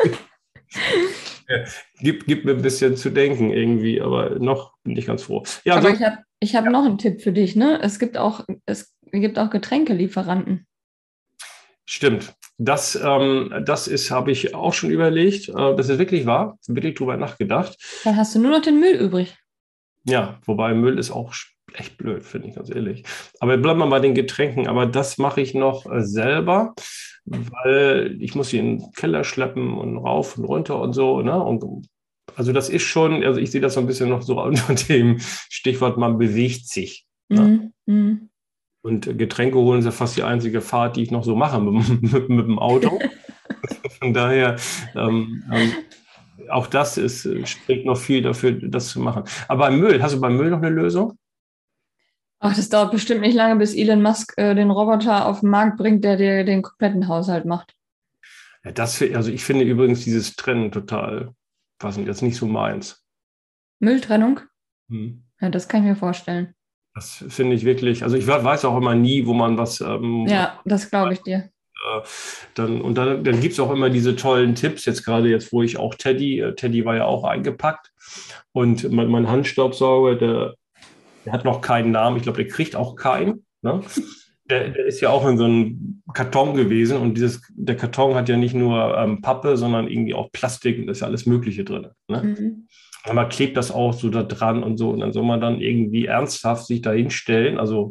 gibt, gibt mir ein bisschen zu denken irgendwie, aber noch bin ich ganz froh. Ja, aber so, ich habe ich hab ja. noch einen Tipp für dich, ne? Es gibt auch, es gibt auch Getränkelieferanten. Stimmt. Das, ähm, das ist, habe ich auch schon überlegt. Äh, das ist wirklich wahr. Wirklich drüber nachgedacht. Dann hast du nur noch den Müll übrig. Ja, wobei Müll ist auch echt blöd, finde ich ganz ehrlich. Aber bleiben wir bei den Getränken. Aber das mache ich noch äh, selber, weil ich muss sie in den Keller schleppen und rauf und runter und so. Ne? Und also das ist schon, also ich sehe das so ein bisschen noch so unter dem Stichwort, man bewegt sich. Ne? Mhm. Mhm. Und Getränke holen ist ja fast die einzige Fahrt, die ich noch so mache mit, mit, mit dem Auto. Von daher, ähm, ähm, auch das ist, spricht noch viel dafür, das zu machen. Aber beim Müll, hast du beim Müll noch eine Lösung? Ach, das dauert bestimmt nicht lange, bis Elon Musk äh, den Roboter auf den Markt bringt, der dir den kompletten Haushalt macht. Ja, das, also ich finde übrigens dieses Trennen total, was sind jetzt nicht so meins. Mülltrennung? Hm. Ja, das kann ich mir vorstellen. Das finde ich wirklich, also ich weiß auch immer nie, wo man was. Ähm, Ja, das glaube ich dir. Äh, dann, und dann, dann gibt es auch immer diese tollen Tipps, jetzt gerade jetzt, wo ich auch Teddy, äh, Teddy war ja auch eingepackt und mein, mein Handstaubsauger, der, der hat noch keinen Namen, ich glaube, der kriegt auch keinen. Ne? Der, der ist ja auch in so einem Karton gewesen und dieses, der Karton hat ja nicht nur ähm, Pappe, sondern irgendwie auch Plastik und da ist ja alles Mögliche drin. Ne? Mhm. Und man klebt das auch so da dran und so und dann soll man dann irgendwie ernsthaft sich da hinstellen, also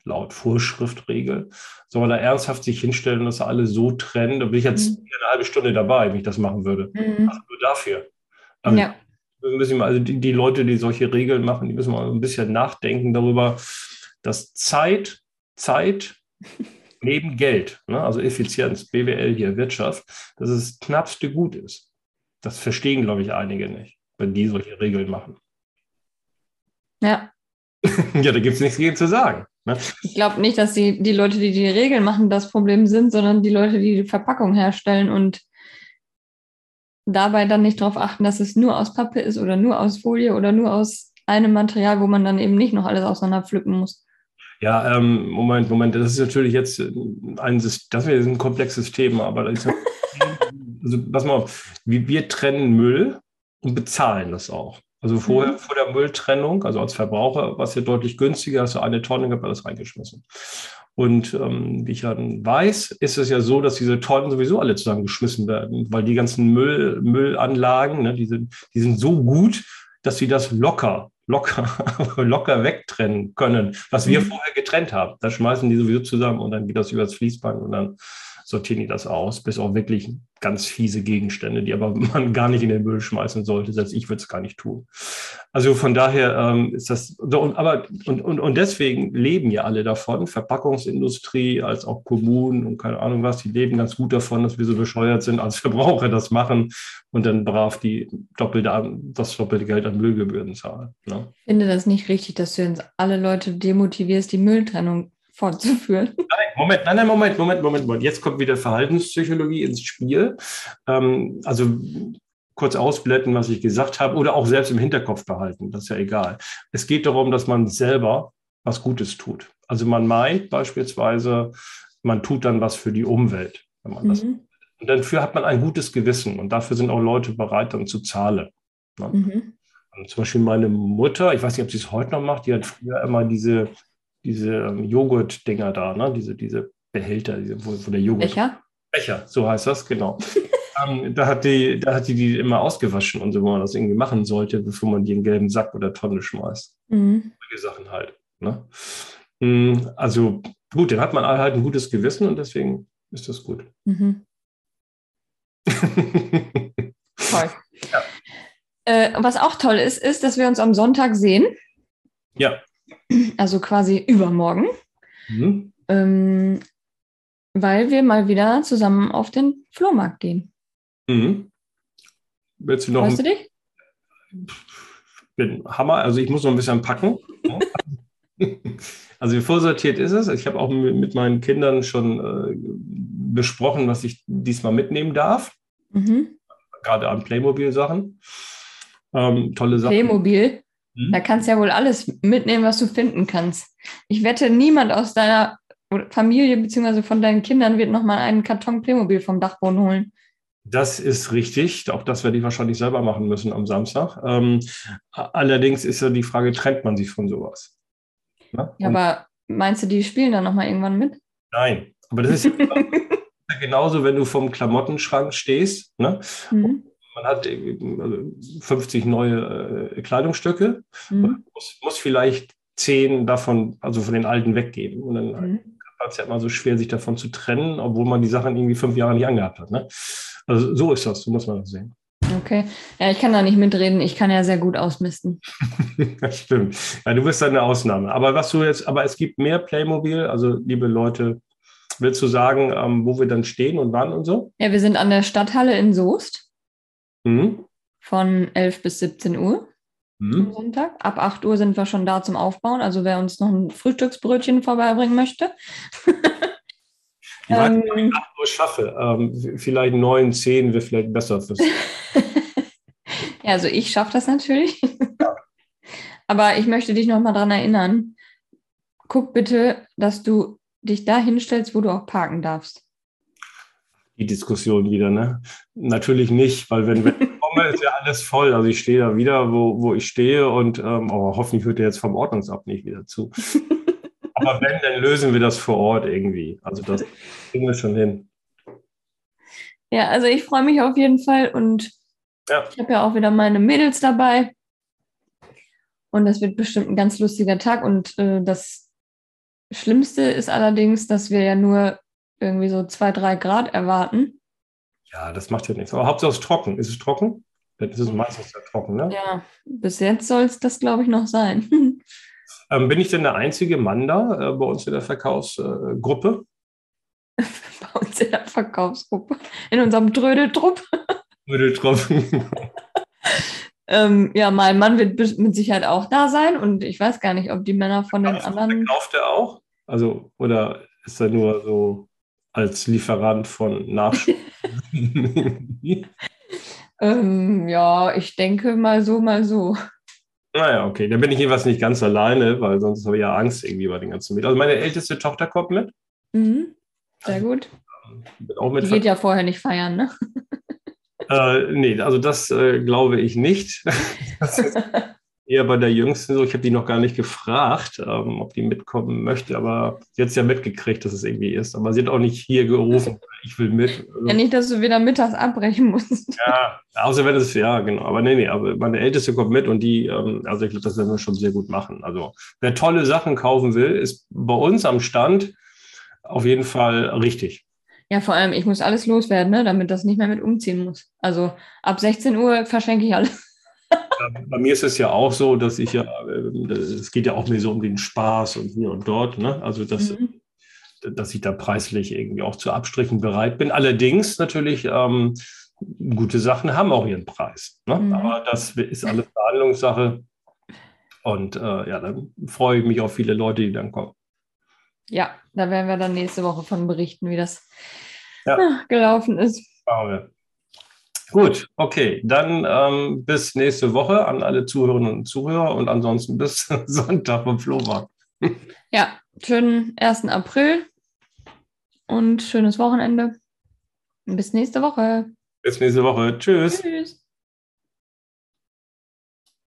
laut Vorschriftregel. Soll man da ernsthaft sich hinstellen und das alle so trennen? Da bin ich jetzt Mhm. eine halbe Stunde dabei, wenn ich das machen würde. Also Mhm. nur dafür. Also, Ja, wir müssen mal, also die, die Leute, die solche Regeln machen, die müssen mal ein bisschen nachdenken darüber, dass Zeit, Zeit neben Geld, ne, also Effizienz, B W L hier, Wirtschaft, dass es das knappste Gut ist. Das verstehen, glaube ich, einige nicht, wenn die solche Regeln machen. ja. Ja, da gibt es nichts gegen zu sagen. Ne? Ich glaube nicht, dass die, die Leute, die die Regeln machen, das Problem sind, sondern die Leute, die die Verpackung herstellen und dabei dann nicht darauf achten, dass es nur aus Pappe ist oder nur aus Folie oder nur aus einem Material, wo man dann eben nicht noch alles auseinander pflücken muss. Ja, ähm, Moment, Moment, das ist natürlich jetzt ein, das ist ein komplexes Thema, aber das ist, also pass mal auf, wir, wir trennen Müll und bezahlen das auch. Also vorher, Mhm. vor der Mülltrennung, also als Verbraucher, war es ja deutlich günstiger, hast du eine Tonne, gehabt, alles reingeschmissen. Und ähm, wie ich dann weiß, ist es ja so, dass diese Tonnen sowieso alle zusammengeschmissen werden, weil die ganzen Müll, Müllanlagen, ne, die sind, die sind so gut, dass sie das locker, locker, locker wegtrennen können, was wir Mhm. vorher getrennt haben. Da schmeißen die sowieso zusammen und dann geht das übers Fließband und dann sortieren die das aus, bis auch wirklich ganz fiese Gegenstände, die aber man gar nicht in den Müll schmeißen sollte. Selbst ich würde es gar nicht tun. Also von daher ähm, ist das so, und, aber, und, und, und deswegen leben ja alle davon, Verpackungsindustrie als auch Kommunen und keine Ahnung was, die leben ganz gut davon, dass wir so bescheuert sind, als Verbraucher das machen und dann brav die doppelte, das doppelte Geld an Müllgebühren zahlen. Ne? Ich finde das nicht richtig, dass du jetzt alle Leute demotivierst, die Mülltrennung fortzuführen. Nein, Moment, nein, nein, Moment, Moment, Moment, Moment. Jetzt kommt wieder Verhaltenspsychologie ins Spiel. Ähm, also kurz ausblenden, was ich gesagt habe, oder auch selbst im Hinterkopf behalten, das ist ja egal. Es geht darum, dass man selber was Gutes tut. Also man meint beispielsweise, man tut dann was für die Umwelt, wenn man das. Mhm. Und dafür hat man ein gutes Gewissen und dafür sind auch Leute bereit, dann zu zahlen. Ne? Mhm. Und zum Beispiel meine Mutter, ich weiß nicht, ob sie es heute noch macht, die hat früher immer diese, diese ähm, Joghurt-Dinger da, ne? diese, diese Behälter, diese, wo, wo der Joghurt. Becher? Becher, so heißt das, genau. Ähm, da hat die, da hat die die immer ausgewaschen und so, wenn man das irgendwie machen sollte, bevor man die in den gelben Sack oder Tonne schmeißt. Mhm. Solche Sachen halt. Ne? Mm, Also gut, dann hat man halt ein gutes Gewissen und deswegen ist das gut. Mhm. Toll. Ja. Äh, was auch toll ist, ist, dass wir uns am Sonntag sehen, Ja. also quasi übermorgen, Mhm. ähm, weil wir mal wieder zusammen auf den Flohmarkt gehen. Mhm. Willst du noch Freust ein du dich? bin Hammer, also ich muss noch ein bisschen packen. Also vorsortiert ist es. Ich habe auch mit meinen Kindern schon äh, besprochen, was ich diesmal mitnehmen darf. Mhm. Gerade an Playmobil-Sachen. Ähm, tolle Sachen. Playmobil. Da Hm? kannst du ja wohl alles mitnehmen, was du finden kannst. Ich wette, niemand aus deiner Familie bzw. von deinen Kindern wird nochmal einen Karton Playmobil vom Dachboden holen. Das ist richtig. Auch das werde ich wahrscheinlich selber machen müssen am Samstag. Ähm, allerdings ist ja die Frage, trennt man sich von sowas? Ne? Ja, Und aber meinst du, die spielen dann nochmal irgendwann mit? nein, aber das ist ja genauso, wenn du vom Klamottenschrank stehst. Ne? Mhm. Man hat äh, fünfzig neue äh, Kleidungsstücke und Mhm. muss, muss vielleicht zehn davon, also von den alten, weggeben. Und dann Mhm. war es ja immer so schwer, sich davon zu trennen, obwohl man die Sachen irgendwie fünf Jahre nicht angehabt hat. Ne? Also so ist das, so muss man das sehen. Okay. Ja, ich kann da nicht mitreden. Ich kann ja sehr gut ausmisten. Das stimmt. Ja, du bist eine Ausnahme. Aber was du jetzt, aber es gibt mehr Playmobil, also liebe Leute, willst du sagen, ähm, wo wir dann stehen und wann und so? Ja, wir sind an der Stadthalle in Soest Mhm. von elf bis siebzehn Uhr am Mhm. Sonntag. Ab acht Uhr sind wir schon da zum Aufbauen. Also wer uns noch ein Frühstücksbrötchen vorbeibringen möchte. Ich weiß nicht, ob ich ähm, acht Uhr schaffe. Ähm, vielleicht neun, zehn wäre vielleicht besser fürs. ja, also ich schaffe das natürlich. Aber ich möchte dich nochmal daran erinnern, guck bitte, dass du dich da hinstellst, wo du auch parken darfst. Die Diskussion wieder, ne? Natürlich nicht, weil wenn, wenn ich komme, ist ja alles voll. Also ich stehe da wieder, wo, wo ich stehe und ähm, oh, hoffentlich hört er jetzt vom Ordnungsamt nicht wieder zu. Aber wenn, dann lösen wir das vor Ort irgendwie. Also das kriegen wir schon hin. Ja, also ich freue mich auf jeden Fall und Ja. ich habe ja auch wieder meine Mädels dabei. Und das wird bestimmt ein ganz lustiger Tag und äh, das Schlimmste ist allerdings, dass wir ja nur irgendwie so zwei, drei Grad erwarten. Ja, das macht ja nichts. Aber Hauptsache es ist trocken. Ist es trocken? Dann ist es meistens ja trocken, ne? Ja, bis jetzt soll es das, glaube ich, noch sein. Ähm, bin ich denn der einzige Mann da äh, bei uns in der Verkaufsgruppe? Bei uns in der Verkaufsgruppe, in unserem Trödeltrupp. Trödeltropfen. Ähm, ja, mein Mann wird bis- mit Sicherheit auch da sein und ich weiß gar nicht, ob die Männer von den anderen. Verkauft er auch? Also, oder ist er nur so als Lieferant von Nachschub? Ähm, ja, ich denke mal so, mal so. Naja, okay. Dann bin ich jedenfalls nicht ganz alleine, weil sonst habe ich ja Angst irgendwie bei den ganzen mit. Also meine älteste Tochter kommt mit. Mhm, sehr gut. Wird auch mit Die geht ja vorher nicht feiern, ne? Äh, nee, also das äh, glaube ich nicht. Das ist eher bei der Jüngsten so. Ich habe die noch gar nicht gefragt, ähm, ob die mitkommen möchte, aber sie hat es ja mitgekriegt, dass es irgendwie ist. Aber sie hat auch nicht hier gerufen, ich will mit. Ja, Also, nicht, dass du wieder mittags abbrechen musst. ja, außer wenn es, ja, genau. Aber nee, nee, aber meine Älteste kommt mit und die, ähm, also ich glaube, das werden wir schon sehr gut machen. Also wer tolle Sachen kaufen will, ist bei uns am Stand auf jeden Fall richtig. Ja, vor allem, ich muss alles loswerden, ne, damit das nicht mehr mit umziehen muss. Also ab sechzehn Uhr verschenke ich alles. Bei mir ist es ja auch so, dass ich ja, äh, es geht ja auch mehr so um den Spaß und hier und dort, ne? Also dass, Mhm. dass ich da preislich irgendwie auch zu Abstrichen bereit bin. Allerdings natürlich, ähm, gute Sachen haben auch ihren Preis. Ne? Mhm. Aber das ist alles Verhandlungssache. Und äh, ja, dann freue ich mich auf viele Leute, die dann kommen. Ja, da werden wir dann nächste Woche von berichten, wie das Ja, ah, gelaufen ist. machen wir. Gut, okay, dann ähm, bis nächste Woche an alle Zuhörerinnen und Zuhörer und ansonsten bis Sonntag vom Flohmarkt. Ja, schönen ersten April und schönes Wochenende. Bis nächste Woche. Bis nächste Woche. Tschüss. Tschüss.